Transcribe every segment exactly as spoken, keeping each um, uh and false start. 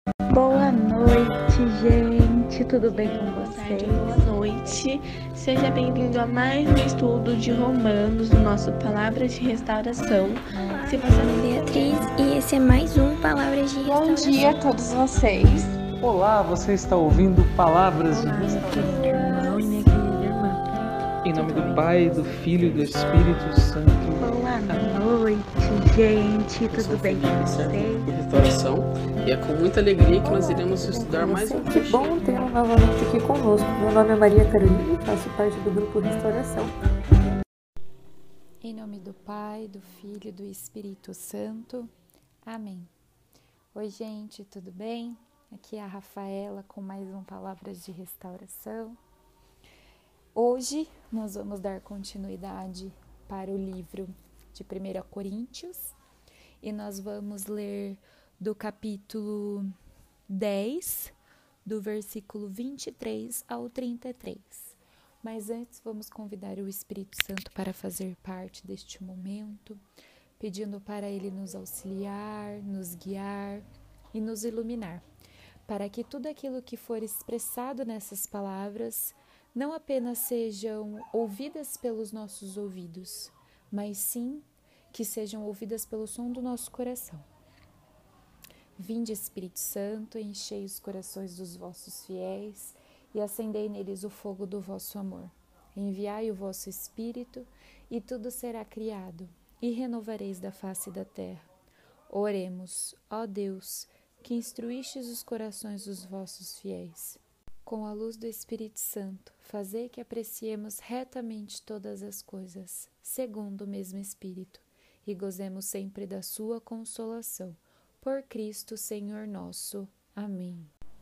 Boa noite, gente. Tudo bem com Boa vocês? tarde, boa noite. Seja bem-vindo a mais um estudo de Romanos do nosso Palavras de Restauração. Se você não é Beatriz e esse é mais um Palavras de Restauração. Bom dia a todos vocês. Olá, você está ouvindo Palavras Olá, de minha Restauração. querida irmã e minha querida irmã. Em nome do Pai, do Filho e do Espírito Santo. Boa noite, gente. Eu sou Tudo bem com Felipe, servo vocês? de Restauração, e é com muita alegria que nós iremos estudar mais um Que bom tê-lo novamente aqui conosco. Meu nome é Maria Carolina e faço parte do grupo Restauração. Em nome do Pai, do Filho e do Espírito Santo. Amém. Oi, gente, tudo bem? Aqui é a Rafaela com mais um Palavras de Restauração. Hoje nós vamos dar continuidade para o livro de primeira Coríntios e nós vamos ler do capítulo dez, do versículo vinte e três ao trinta e três. Mas antes vamos convidar o Espírito Santo para fazer parte deste momento, pedindo para ele nos auxiliar, nos guiar e nos iluminar, para que tudo aquilo que for expressado nessas palavras não apenas sejam ouvidas pelos nossos ouvidos, mas sim que sejam ouvidas pelo som do nosso coração. Vinde, Espírito Santo, enchei os corações dos vossos fiéis e acendei neles o fogo do vosso amor. Enviai o vosso Espírito e tudo será criado, e renovareis da face da terra. Oremos, ó Deus, que instruístes os corações dos vossos fiéis. Com a luz do Espírito Santo, fazei que apreciemos retamente todas as coisas, segundo o mesmo Espírito, e gozemos sempre da sua consolação. Por Cristo, Senhor nosso. Amém.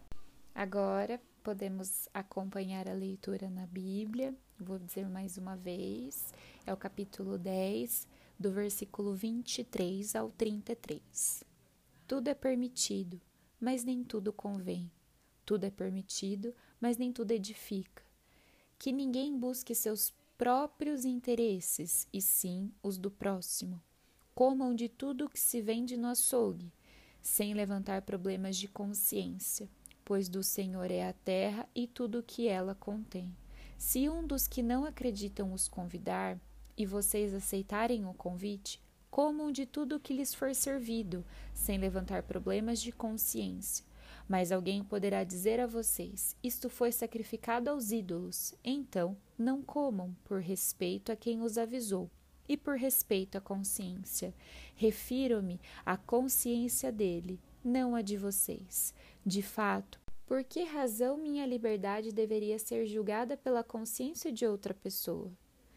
Agora, podemos acompanhar a leitura na Bíblia. Vou dizer mais uma vez, é o capítulo dez, do versículo vinte e três ao trinta e três. Tudo é permitido, mas nem tudo convém. Tudo é permitido, mas nem tudo edifica. Que ninguém busque seus próprios interesses, e sim os do próximo. Comam de tudo que se vende no açougue, sem levantar problemas de consciência, pois do Senhor é a terra e tudo o que ela contém. Se um dos que não acreditam os convidar, e vocês aceitarem o convite, comam de tudo o que lhes for servido, sem levantar problemas de consciência. Mas alguém poderá dizer a vocês, isto foi sacrificado aos ídolos, então não comam, por respeito a quem os avisou, e por respeito à consciência. Refiro-me à consciência dele, não a de vocês. De fato, por que razão minha liberdade deveria ser julgada pela consciência de outra pessoa?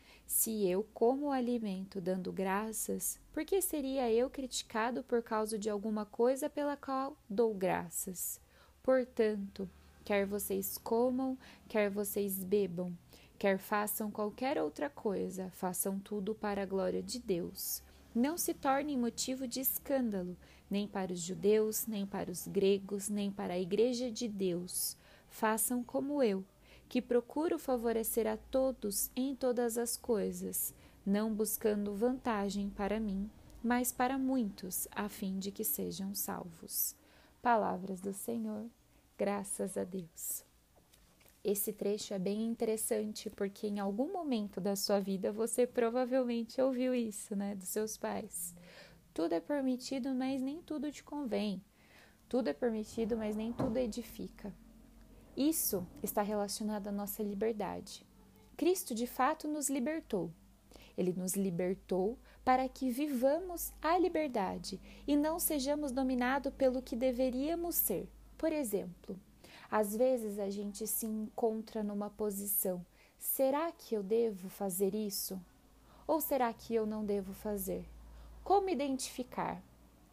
Se eu como o alimento dando graças, por que seria eu criticado por causa de alguma coisa pela qual dou graças? Portanto, quer vocês comam, quer vocês bebam, quer façam qualquer outra coisa, façam tudo para a glória de Deus. Não se tornem motivo de escândalo, nem para os judeus, nem para os gregos, nem para a igreja de Deus. Façam como eu, que procuro favorecer a todos em todas as coisas, não buscando vantagem para mim, mas para muitos, a fim de que sejam salvos. Palavras do Senhor, graças a Deus. Esse trecho é bem interessante, porque em algum momento da sua vida você provavelmente ouviu isso, né, dos seus pais. Tudo é permitido, mas nem tudo te convém. Tudo é permitido, mas nem tudo edifica. Isso está relacionado à nossa liberdade. Cristo, de fato, nos libertou. Ele nos libertou para que vivamos a liberdade e não sejamos dominados pelo que deveríamos ser. Por exemplo, às vezes a gente se encontra numa posição: será que eu devo fazer isso? Ou será que eu não devo fazer? Como identificar?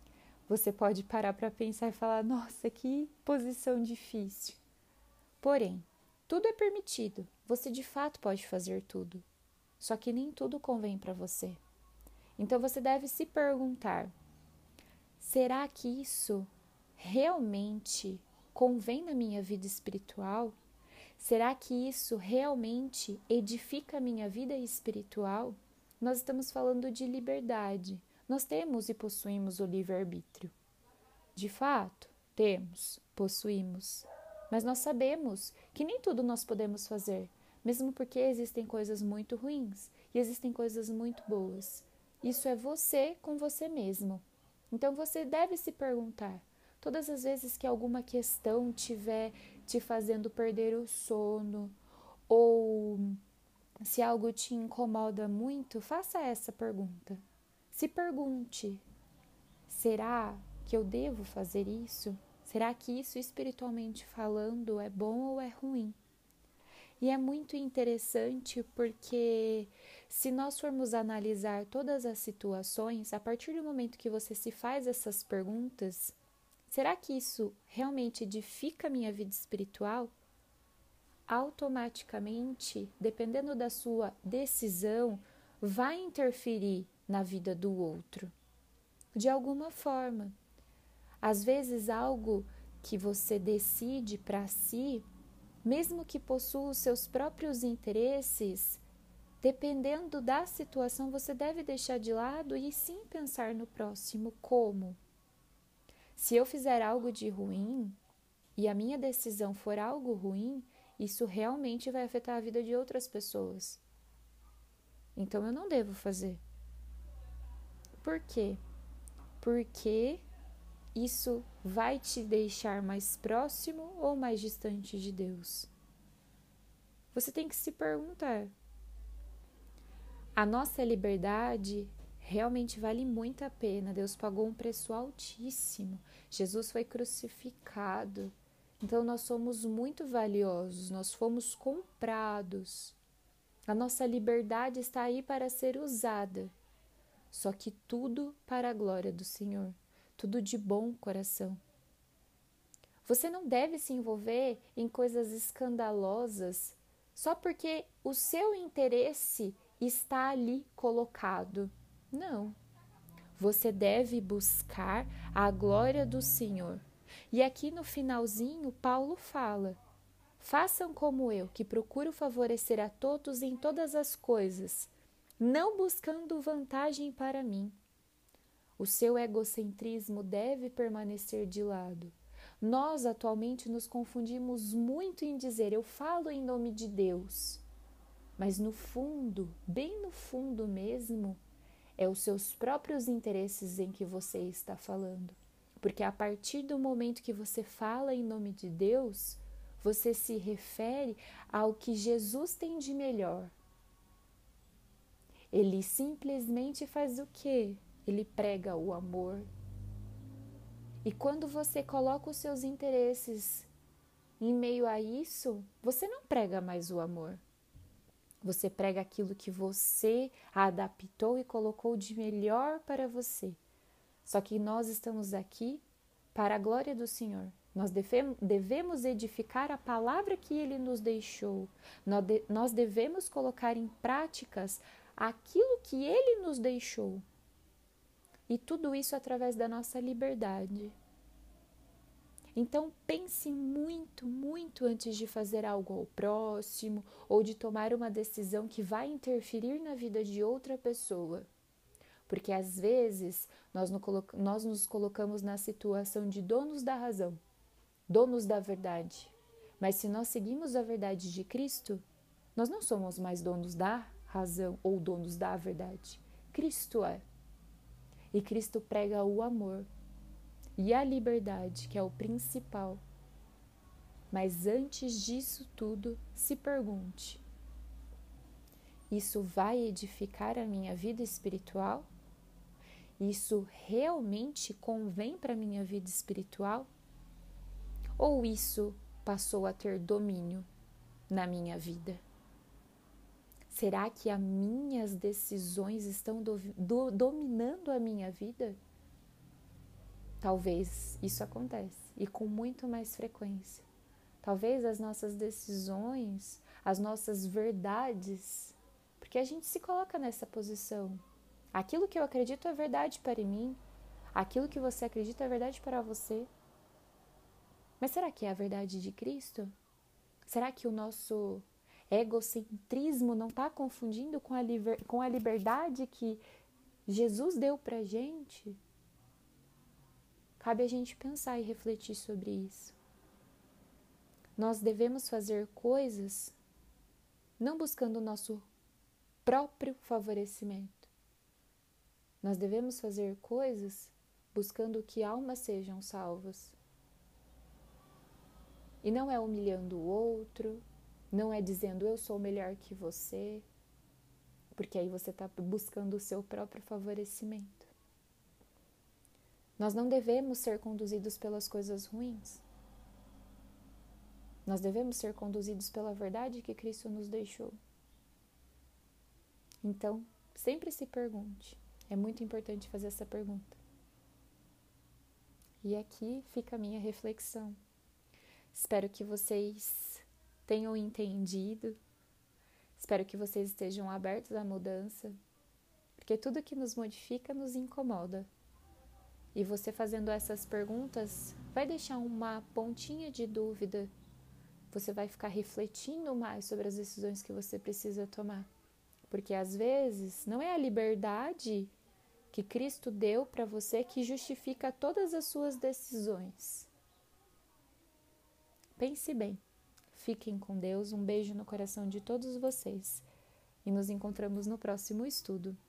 Você pode parar para pensar e falar: nossa, que posição difícil. Porém, tudo é permitido, você de fato pode fazer tudo, só que nem tudo convém para você. Então você deve se perguntar: será que isso realmente convém na minha vida espiritual? Será que isso realmente edifica a minha vida espiritual? Nós estamos falando de liberdade. Nós temos e possuímos o livre-arbítrio. De fato, Temos, possuímos. Mas nós sabemos que nem tudo nós podemos fazer, mesmo porque existem coisas muito ruins e existem coisas muito boas. Isso é você com você mesmo. Então você deve se perguntar, todas as vezes que alguma questão estiver te fazendo perder o sono, ou se algo te incomoda muito, faça essa pergunta. Se pergunte, será que eu devo fazer isso? Será que isso, espiritualmente falando, é bom ou é ruim? E é muito interessante porque se nós formos analisar todas as situações, a partir do momento que você se faz essas perguntas, será que isso realmente edifica a minha vida espiritual? Automaticamente, dependendo da sua decisão, vai interferir na vida do outro, de alguma forma. Às vezes, algo que você decide para si, mesmo que possua os seus próprios interesses, dependendo da situação, você deve deixar de lado e sim pensar no próximo. Como? Se eu fizer algo de ruim e a minha decisão for algo ruim, isso realmente vai afetar a vida de outras pessoas. Então eu não devo fazer. Por quê? Porque isso vai te deixar mais próximo ou mais distante de Deus? Você tem que se perguntar. A nossa liberdade realmente vale muito a pena. Deus pagou um preço altíssimo. Jesus foi crucificado. Então nós somos muito valiosos, nós fomos comprados. A nossa liberdade está aí para ser usada. Só que tudo para a glória do Senhor. Tudo de bom coração. Você não deve se envolver em coisas escandalosas só porque o seu interesse está ali colocado. Não. Você deve buscar a glória do Senhor. E aqui no finalzinho, Paulo fala: façam como eu, que procuro favorecer a todos em todas as coisas, não buscando vantagem para mim. O seu egocentrismo deve permanecer de lado. Nós atualmente nos confundimos muito em dizer, eu falo em nome de Deus. Mas no fundo, bem no fundo mesmo, é os seus próprios interesses em que você está falando. Porque a partir do momento que você fala em nome de Deus, você se refere ao que Jesus tem de melhor. Ele simplesmente faz o quê? Ele prega o amor. E quando você coloca os seus interesses em meio a isso, você não prega mais o amor. Você prega aquilo que você adaptou e colocou de melhor para você. Só que nós estamos aqui para a glória do Senhor. Nós devemos edificar a palavra que Ele nos deixou. Nós devemos colocar em práticas aquilo que Ele nos deixou. E tudo isso através da nossa liberdade. Então pense muito, muito antes de fazer algo ao próximo ou de tomar uma decisão que vai interferir na vida de outra pessoa. Porque às vezes nós, no, nós nos colocamos na situação de donos da razão, donos da verdade. Mas se nós seguimos a verdade de Cristo, nós não somos mais donos da razão ou donos da verdade. Cristo é. E Cristo prega o amor e a liberdade, que é o principal. Mas antes disso tudo, se pergunte: isso vai edificar a minha vida espiritual? Isso realmente convém para a minha vida espiritual? Ou isso passou a ter domínio na minha vida? Será que as minhas decisões estão do, do, dominando a minha vida? Talvez isso aconteça, e com muito mais frequência. Talvez as nossas decisões, as nossas verdades, porque a gente se coloca nessa posição. Aquilo que eu acredito é verdade para mim, aquilo que você acredita é verdade para você. Mas será que é a verdade de Cristo? Será que o nosso egocentrismo não está confundindo com a, liber, com a liberdade que Jesus deu para a gente? cabe a gente pensar e refletir sobre isso. Nós devemos fazer coisas não buscando o nosso próprio favorecimento. Nós devemos fazer coisas buscando que almas sejam salvas. E não é humilhando o outro, não é dizendo eu sou melhor que você, porque aí você está buscando o seu próprio favorecimento. Nós não devemos ser conduzidos pelas coisas ruins. Nós devemos ser conduzidos pela verdade que Cristo nos deixou. Então, sempre se pergunte. É muito importante fazer essa pergunta. E aqui fica a minha reflexão. Espero que vocês tenham entendido. Espero que vocês estejam abertos à mudança. Porque tudo que nos modifica nos incomoda. E você fazendo essas perguntas vai deixar uma pontinha de dúvida. Você vai ficar refletindo mais sobre as decisões que você precisa tomar. Porque às vezes não é a liberdade que Cristo deu para você que justifica todas as suas decisões. Pense bem. Fiquem com Deus. Um beijo no coração de todos vocês. E nos encontramos no próximo estudo.